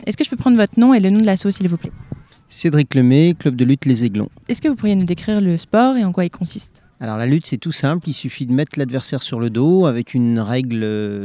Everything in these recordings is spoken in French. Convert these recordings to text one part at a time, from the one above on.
Est-ce que je peux prendre votre nom et le nom de l'asso, s'il vous plaît? Cédric Lemay, club de lutte Les Aiglons. Est-ce que vous pourriez nous décrire le sport et en quoi il consiste? Alors la lutte, c'est tout simple, il suffit de mettre l'adversaire sur le dos avec une règle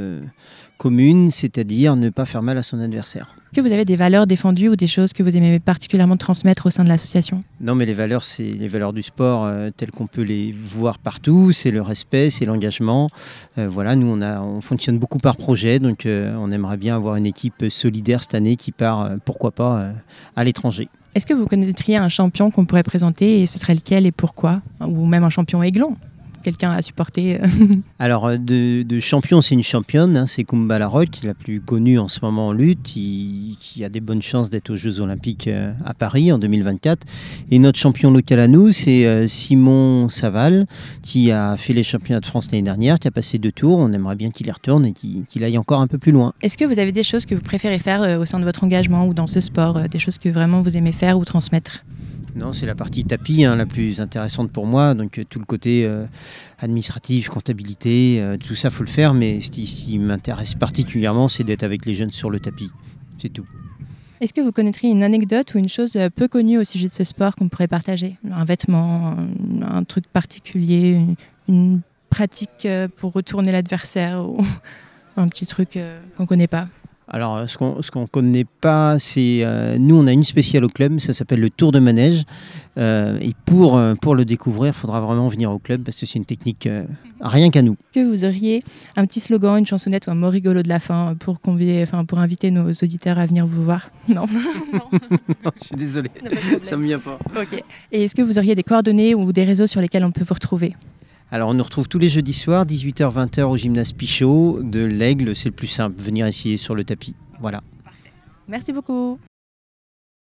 commune, c'est-à-dire ne pas faire mal à son adversaire. Est-ce que vous avez des valeurs défendues ou des choses que vous aimez particulièrement transmettre au sein de l'association? Non, mais les valeurs, c'est les valeurs du sport telles qu'on peut les voir partout, c'est le respect, c'est l'engagement. Voilà, nous on fonctionne beaucoup par projet, donc on aimerait bien avoir une équipe solidaire cette année qui part, pourquoi pas, à l'étranger. Est-ce que vous connaîtriez un champion qu'on pourrait présenter et ce serait lequel et pourquoi? Ou même un champion aiglon? Quelqu'un à supporter? Alors, de champion, c'est une championne, hein, c'est Kumba Larocque, la plus connue en ce moment en lutte, qui a des bonnes chances d'être aux Jeux Olympiques à Paris en 2024. Et notre champion local à nous, c'est Simon Saval, qui a fait les championnats de France l'année dernière, qui a passé 2 tours. On aimerait bien qu'il y retourne et qu'il aille encore un peu plus loin. Est-ce que vous avez des choses que vous préférez faire au sein de votre engagement ou dans ce sport, des choses que vraiment vous aimez faire ou transmettre? Non, c'est la partie tapis la plus intéressante pour moi. Donc tout le côté administratif, comptabilité, tout ça, faut le faire. Mais ce qui m'intéresse particulièrement, c'est d'être avec les jeunes sur le tapis. C'est tout. Est-ce que vous connaîtriez une anecdote ou une chose peu connue au sujet de ce sport qu'on pourrait partager? Un vêtement, un truc particulier, une pratique pour retourner l'adversaire ou un petit truc qu'on ne connaît pas? Alors, ce qu'on ne connaît pas, c'est... nous, on a une spéciale au club, ça s'appelle le tour de manège. Et pour le découvrir, il faudra vraiment venir au club parce que c'est une technique rien qu'à nous. Est-ce que vous auriez un petit slogan, une chansonnette ou un mot rigolo de la fin pour inviter nos auditeurs à venir vous voir? Non. Non, je suis désolé, ça ne me vient pas. Ok. Et est-ce que vous auriez des coordonnées ou des réseaux sur lesquels on peut vous retrouver? Alors, on nous retrouve tous les jeudis soirs, 18h-20h au gymnase Pichot de l'Aigle. C'est le plus simple, venir essayer sur le tapis. Voilà. Merci beaucoup.